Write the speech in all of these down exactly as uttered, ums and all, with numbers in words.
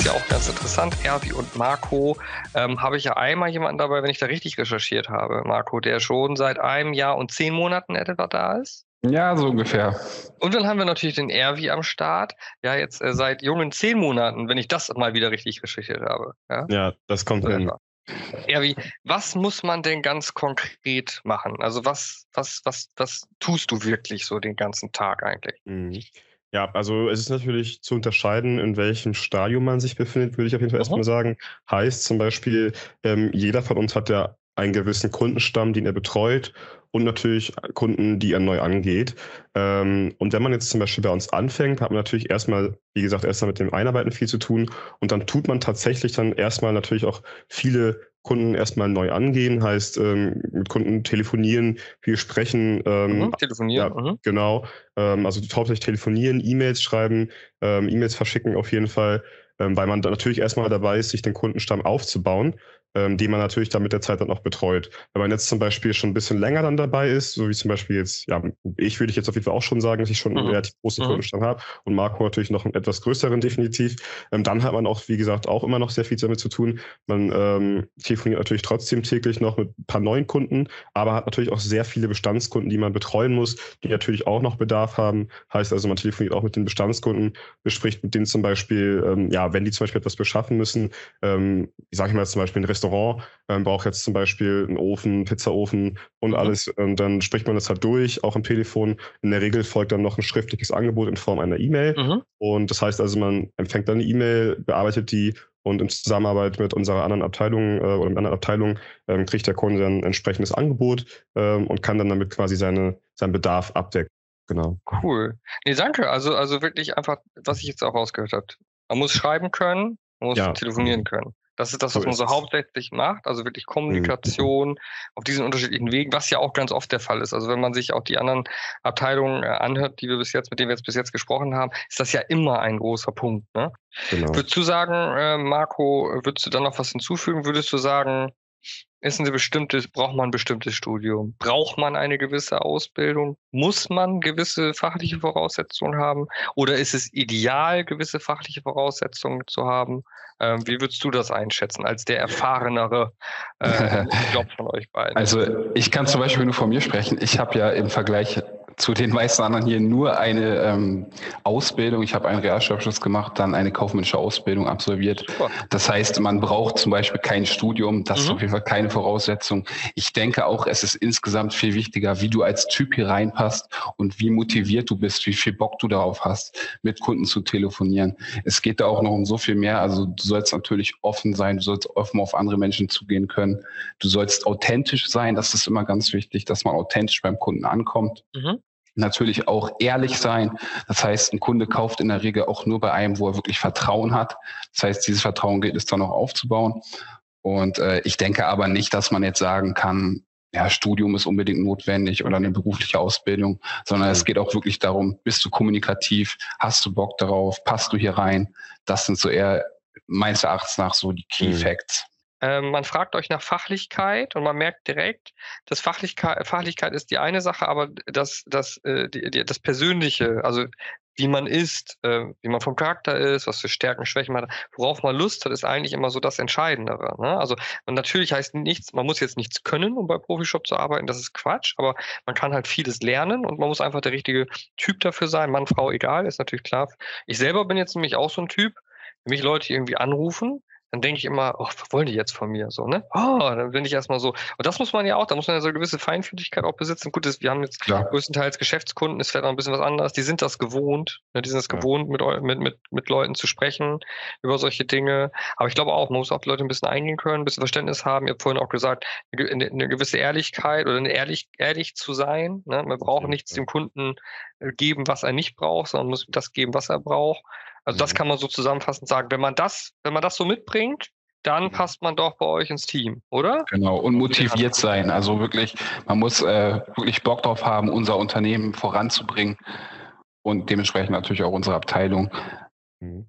ist ja auch ganz interessant. Erwi und Marco, ähm, habe ich ja einmal jemanden dabei, wenn ich da richtig recherchiert habe, Marco, der schon seit einem Jahr und zehn Monaten etwa da ist. Ja, so ungefähr. Und dann haben wir natürlich den Erwi am Start. Ja, jetzt äh, seit jungen zehn Monaten, wenn ich das mal wieder richtig recherchiert habe. Ja, ja das kommt so hin. etwa. Erwi, was muss man denn ganz konkret machen? Also was, was, was, was tust du wirklich so den ganzen Tag eigentlich? Mhm. Ja, also es ist natürlich zu unterscheiden, in welchem Stadium man sich befindet, würde ich auf jeden Fall Mhm. erstmal sagen. Heißt zum Beispiel, ähm, jeder von uns hat ja einen gewissen Kundenstamm, den er betreut und natürlich Kunden, die er neu angeht. Ähm, und wenn man jetzt zum Beispiel bei uns anfängt, hat man natürlich erstmal, wie gesagt, erstmal mit dem Einarbeiten viel zu tun und dann tut man tatsächlich dann erstmal natürlich auch viele Kunden erstmal neu angehen, heißt ähm, mit Kunden telefonieren, viel sprechen. Ähm, Mhm, telefonieren. Ja, Mhm. genau. Ähm, also hauptsächlich telefonieren, E-Mails schreiben, ähm, E-Mails verschicken auf jeden Fall, ähm, weil man da natürlich erstmal dabei ist, sich den Kundenstamm aufzubauen, ähm, den man natürlich dann mit der Zeit dann auch betreut. Wenn man jetzt zum Beispiel schon ein bisschen länger dann dabei ist, so wie zum Beispiel jetzt, ja, ich würde ich jetzt auf jeden Fall auch schon sagen, dass ich schon einen Mhm. relativ großen Mhm. Kundenstamm habe und Marco natürlich noch einen etwas größeren definitiv. Ähm, dann hat man auch, wie gesagt, auch immer noch sehr viel damit zu tun. Man ähm, telefoniert natürlich trotzdem täglich noch mit ein paar neuen Kunden, aber hat natürlich auch sehr viele Bestandskunden, die man betreuen muss, die natürlich auch noch Bedarf haben. Heißt also, man telefoniert auch mit den Bestandskunden, bespricht mit denen zum Beispiel, ähm, ja, wenn die zum Beispiel etwas beschaffen müssen, ähm, ich sage mal zum Beispiel ein Restaurant, ähm, braucht jetzt zum Beispiel einen Ofen, einen Pizzaofen und Mhm. alles. Und dann spricht man das halt durch, auch am Telefon. In der Regel folgt dann noch ein schriftliches Angebot in Form einer E-Mail. Mhm. Und das heißt also, man empfängt dann eine E-Mail, bearbeitet die und in Zusammenarbeit mit unserer anderen Abteilung äh, oder mit anderen Abteilungen ähm, kriegt der Kunde dann ein entsprechendes Angebot ähm, und kann dann damit quasi seine, seinen Bedarf abdecken. Genau. Cool. Nee, danke. Also, also wirklich einfach, was ich jetzt auch rausgehört habe. Man muss schreiben können, man muss Ja. telefonieren können. Das ist das, So was man ist so es. hauptsächlich macht. Also wirklich Kommunikation auf diesen unterschiedlichen Wegen, was ja auch ganz oft der Fall ist. Also wenn man sich auch die anderen Abteilungen äh, anhört, die wir bis jetzt, mit denen wir jetzt bis jetzt gesprochen haben, ist das ja immer ein großer Punkt. Ne? Genau. Würdest du sagen, äh, Marco, würdest du da noch was hinzufügen? Würdest du sagen, ist ein bestimmtes, braucht man ein bestimmtes Studium? Braucht man eine gewisse Ausbildung? Muss man gewisse fachliche Voraussetzungen haben? Oder ist es ideal, gewisse fachliche Voraussetzungen zu haben? Ähm, wie würdest du das einschätzen, als der erfahrenere äh, Job von euch beiden? Also ich kann zum Beispiel nur von mir sprechen. Ich habe ja im Vergleich zu den meisten anderen hier nur eine ähm, Ausbildung. Ich habe einen Realschulabschluss gemacht, dann eine kaufmännische Ausbildung absolviert. Super. Das heißt, man braucht zum Beispiel kein Studium. Das ist Mhm. auf jeden Fall keine Voraussetzung. Ich denke auch, es ist insgesamt viel wichtiger, wie du als Typ hier reinpasst und wie motiviert du bist, wie viel Bock du darauf hast, mit Kunden zu telefonieren. Es geht da auch noch um so viel mehr. Also du sollst natürlich offen sein, du sollst offen auf andere Menschen zugehen können. Du sollst authentisch sein. Das ist immer ganz wichtig, dass man authentisch beim Kunden ankommt. Mhm. Natürlich auch ehrlich sein. Das heißt, ein Kunde kauft in der Regel auch nur bei einem, wo er wirklich Vertrauen hat. Das heißt, dieses Vertrauen gilt es dann auch aufzubauen. Und äh, ich denke aber nicht, dass man jetzt sagen kann, ja, Studium ist unbedingt notwendig oder eine berufliche Ausbildung, sondern es geht auch wirklich darum, bist du kommunikativ, hast du Bock darauf, passt du hier rein? Das sind so eher meines Erachtens nach so die Key Mhm. Facts. Ähm, man fragt euch nach Fachlichkeit und man merkt direkt, dass Fachlichkeit, Fachlichkeit ist die eine Sache, aber das, das, äh, die, die, das Persönliche, also wie man ist, äh, wie man vom Charakter ist, was für Stärken, Schwächen man hat, worauf man Lust hat, ist eigentlich immer so das Entscheidendere. Ne? Also und natürlich heißt nichts, man muss jetzt nichts können, um bei Profishop zu arbeiten, das ist Quatsch, aber man kann halt vieles lernen und man muss einfach der richtige Typ dafür sein, Mann, Frau, egal, ist natürlich klar. Ich selber bin jetzt nämlich auch so ein Typ, wenn mich Leute irgendwie anrufen, dann denke ich immer, oh, was wollen die jetzt von mir? So, ne? Oh, dann bin ich erstmal so. Und das muss man ja auch, da muss man ja so eine gewisse Feinfühligkeit auch besitzen. Gut, das, wir haben jetzt Klar. größtenteils Geschäftskunden, ist vielleicht noch ein bisschen was anderes. Die sind das gewohnt, ne? Die sind das Ja. gewohnt, mit, eu- mit, mit, mit Leuten zu sprechen über solche Dinge. Aber ich glaube auch, man muss auf die Leute ein bisschen eingehen können, ein bisschen Verständnis haben. Ihr habt vorhin auch gesagt, eine, ge- eine gewisse Ehrlichkeit oder eine ehrlich, ehrlich zu sein. Ne? Man braucht jeden nichts Fall. dem Kunden äh, geben, was er nicht braucht, sondern muss das geben, was er braucht. Also das Mhm. kann man so zusammenfassend sagen. Wenn man das, wenn man das so mitbringt, dann passt man doch bei euch ins Team, oder? Genau, und motiviert sein. Also wirklich, man muss äh, wirklich Bock drauf haben, unser Unternehmen voranzubringen und dementsprechend natürlich auch unsere Abteilung. Mhm.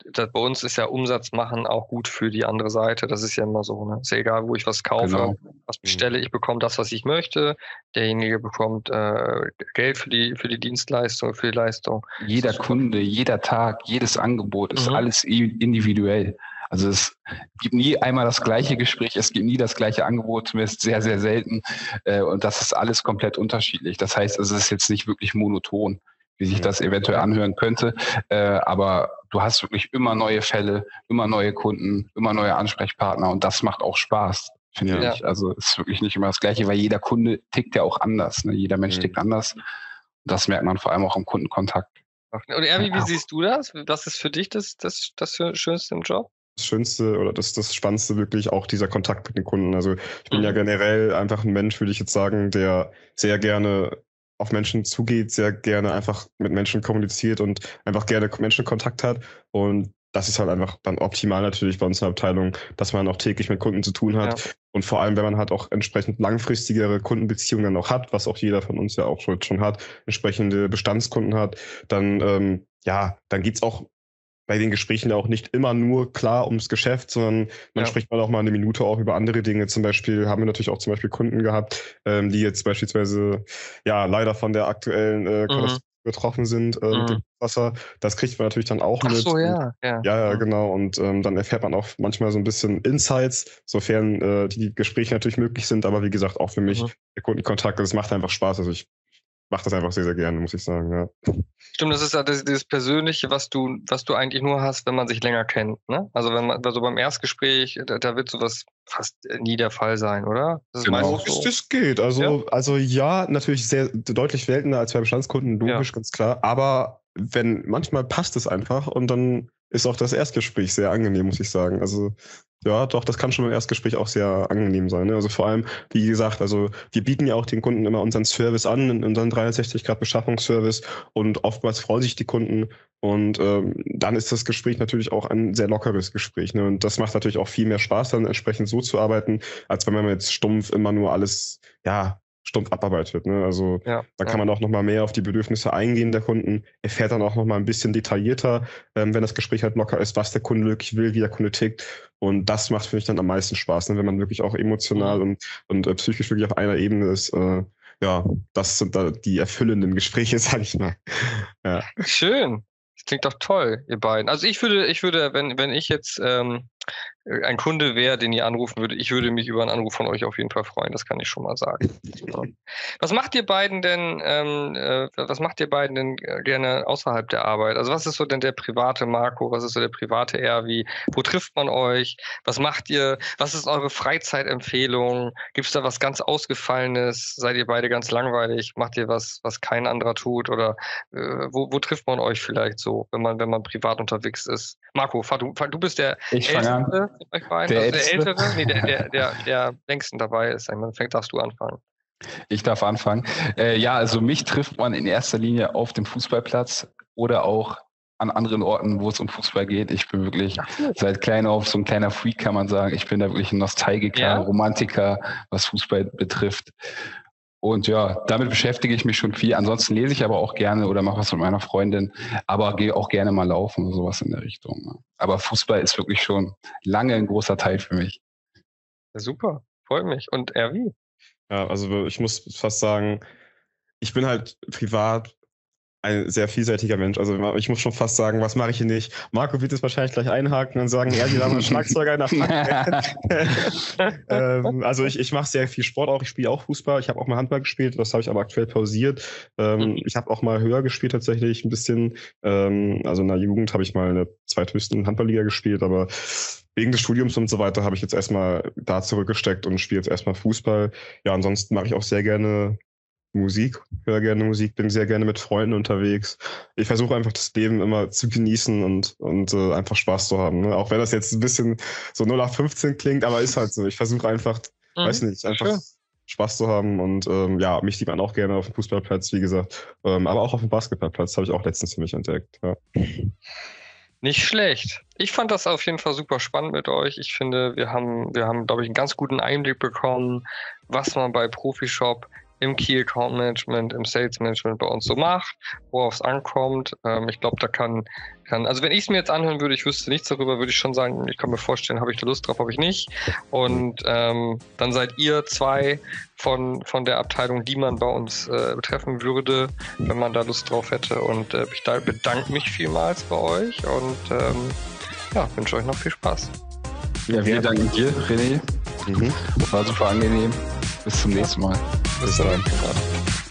das, bei uns ist ja Umsatz machen auch gut für die andere Seite. Das ist ja immer so. Ne? Ist ja egal, wo ich was kaufe, genau. was bestelle. Ich bekomme das, was ich möchte. Derjenige bekommt äh, Geld für die, für die Dienstleistung, für die Leistung. Jeder Kunde, jeder Tag, jedes Angebot ist mhm. alles individuell. Also es gibt nie einmal das gleiche Gespräch, es gibt nie das gleiche Angebot, zumindest sehr, sehr selten. Und das ist alles komplett unterschiedlich. Das heißt, es ist jetzt nicht wirklich monoton, wie sich das eventuell anhören könnte. Aber du hast wirklich immer neue Fälle, immer neue Kunden, immer neue Ansprechpartner und das macht auch Spaß, finde ja. ich. Also es ist wirklich nicht immer das Gleiche, weil jeder Kunde tickt ja auch anders. Ne? Jeder Mensch mhm. tickt anders. Und das merkt man vor allem auch im Kundenkontakt. Und Erwin, wie siehst du das? Was ist für dich das, das, das Schönste im Job? Das Schönste oder das, das Spannendste wirklich auch dieser Kontakt mit den Kunden. Also ich bin mhm. ja generell einfach ein Mensch, würde ich jetzt sagen, der sehr gerne auf Menschen zugeht, sehr gerne einfach mit Menschen kommuniziert und einfach gerne Menschenkontakt hat. Und das ist halt einfach dann optimal natürlich bei uns in der Abteilung, dass man auch täglich mit Kunden zu tun hat. Ja. Und vor allem, wenn man halt auch entsprechend langfristigere Kundenbeziehungen dann auch hat, was auch jeder von uns ja auch schon, schon hat, entsprechende Bestandskunden hat, dann, ähm, ja, dann geht's auch bei den Gesprächen ja auch nicht immer nur klar ums Geschäft, sondern man ja. spricht mal auch mal eine Minute auch über andere Dinge. Zum Beispiel haben wir natürlich auch zum Beispiel Kunden gehabt, ähm, die jetzt beispielsweise ja leider von der aktuellen äh, Katastrophe mhm. betroffen sind äh, mhm. mit dem Wasser. Das kriegt man natürlich dann auch Ach mit. so, ja. Ja, ja, ja, genau. Und ähm, dann erfährt man auch manchmal so ein bisschen Insights, sofern äh, die Gespräche natürlich möglich sind. Aber wie gesagt, auch für mich mhm. der Kundenkontakt, das macht einfach Spaß. Also ich mache das einfach sehr, sehr gerne, muss ich sagen, ja. Stimmt, das ist ja das, das Persönliche, was du, was du eigentlich nur hast, wenn man sich länger kennt, ne? Also wenn man, also beim Erstgespräch, da, da wird sowas fast nie der Fall sein, oder? Das ist genau, so. Das geht. Also ja? also ja, natürlich sehr deutlich seltener als bei Bestandskunden, logisch, ja. ganz klar. Aber wenn manchmal passt es einfach und dann ist auch das Erstgespräch sehr angenehm, muss ich sagen. Also ja, doch, das kann schon beim Erstgespräch auch sehr angenehm sein. Ne? Also vor allem, wie gesagt, also wir bieten ja auch den Kunden immer unseren Service an, unseren dreihundertsechzig Grad Beschaffungsservice und oftmals freuen sich die Kunden und ähm, dann ist das Gespräch natürlich auch ein sehr lockeres Gespräch. Ne? Und das macht natürlich auch viel mehr Spaß, dann entsprechend so zu arbeiten, als wenn man jetzt stumpf immer nur alles, ja, stumpf abarbeitet. Ne? Also ja, da kann ja. man auch nochmal mehr auf die Bedürfnisse eingehen der Kunden, erfährt dann auch nochmal ein bisschen detaillierter, ähm, wenn das Gespräch halt locker ist, was der Kunde wirklich will, wie der Kunde tickt. Und das macht, finde ich, dann am meisten Spaß, ne? Wenn man wirklich auch emotional und, und äh, psychisch wirklich auf einer Ebene ist. Äh, ja, das sind da die erfüllenden Gespräche, sag ich mal. Ja. Schön. Das klingt doch toll, ihr beiden. Also ich würde, ich würde, wenn, wenn ich jetzt ähm, ein Kunde wäre, den ihr anrufen würdet, ich würde mich über einen Anruf von euch auf jeden Fall freuen, das kann ich schon mal sagen. Was macht ihr beiden denn, ähm, äh, was macht ihr beiden denn gerne außerhalb der Arbeit? Also was ist so denn der private Marco, was ist so der private Erwi? Wo trifft man euch? Was macht ihr? Was ist eure Freizeitempfehlung? Gibt es da was ganz Ausgefallenes? Seid ihr beide ganz langweilig? Macht ihr was, was kein anderer tut? Oder äh, wo, wo trifft man euch vielleicht so, wenn man, wenn man privat unterwegs ist? Marco, fahr du, fahr, du bist der ich Älteste. Der, also der Ältere, nee, der, der, der, der längsten dabei ist. Dann darfst du anfangen. Ich darf anfangen. Äh, ja, also mich trifft man in erster Linie auf dem Fußballplatz oder auch an anderen Orten, wo es um Fußball geht. Ich bin wirklich seit klein auf so ein kleiner Freak, kann man sagen. Ich bin da wirklich ein Nostalgiker, ja. Romantiker, was Fußball betrifft. Und ja, damit beschäftige ich mich schon viel. Ansonsten lese ich aber auch gerne oder mache was mit meiner Freundin, aber gehe auch gerne mal laufen oder sowas in der Richtung. Ne? Aber Fußball ist wirklich schon lange ein großer Teil für mich. Ja, super, freut mich. Und Erwi? Ja, also ich muss fast sagen, ich bin halt privat ein sehr vielseitiger Mensch. Also ich muss schon fast sagen, was mache ich hier nicht? Marco wird es wahrscheinlich gleich einhaken und sagen, ja, die haben einen Schlagzeuger in der Frage. ähm, also ich, ich mache sehr viel Sport auch. Ich spiele auch Fußball. Ich habe auch mal Handball gespielt. Das habe ich aber aktuell pausiert. Ähm, ich habe auch mal höher gespielt tatsächlich ein bisschen. Ähm, also in der Jugend habe ich mal in der zweithöchsten Handballliga gespielt, aber wegen des Studiums und so weiter habe ich jetzt erstmal da zurückgesteckt und spiele jetzt erstmal Fußball. Ja, ansonsten mache ich auch sehr gerne Musik, höre gerne Musik, bin sehr gerne mit Freunden unterwegs. Ich versuche einfach das Leben immer zu genießen und, und äh, einfach Spaß zu haben. Ne? Auch wenn das jetzt ein bisschen so null acht fünfzehn klingt, aber ist halt so. Ich versuche einfach, mhm, weiß nicht, einfach schön. Spaß zu haben und ähm, ja, mich sieht man auch gerne auf dem Fußballplatz, wie gesagt. Ähm, aber auch auf dem Basketballplatz habe ich auch letztens für mich entdeckt. Ja. Nicht schlecht. Ich fand das auf jeden Fall super spannend mit euch. Ich finde, wir haben, wir haben, glaube ich, einen ganz guten Einblick bekommen, was man bei Profishop im Key Account Management, im Sales Management bei uns so macht, worauf es ankommt. Ähm, ich glaube, da kann, kann, also wenn ich es mir jetzt anhören würde, ich wüsste nichts darüber, würde ich schon sagen, ich kann mir vorstellen, habe ich da Lust drauf, habe ich nicht. Und ähm, dann seid ihr zwei von, von der Abteilung, die man bei uns äh, betreffen würde, wenn man da Lust drauf hätte. Und äh, ich da bedanke mich vielmals bei euch und ähm, ja, wünsche euch noch viel Spaß. Ja, wir danken dir, René. Mhm. War super angenehm. Bis zum nächsten Mal. Bis zum nächsten Mal.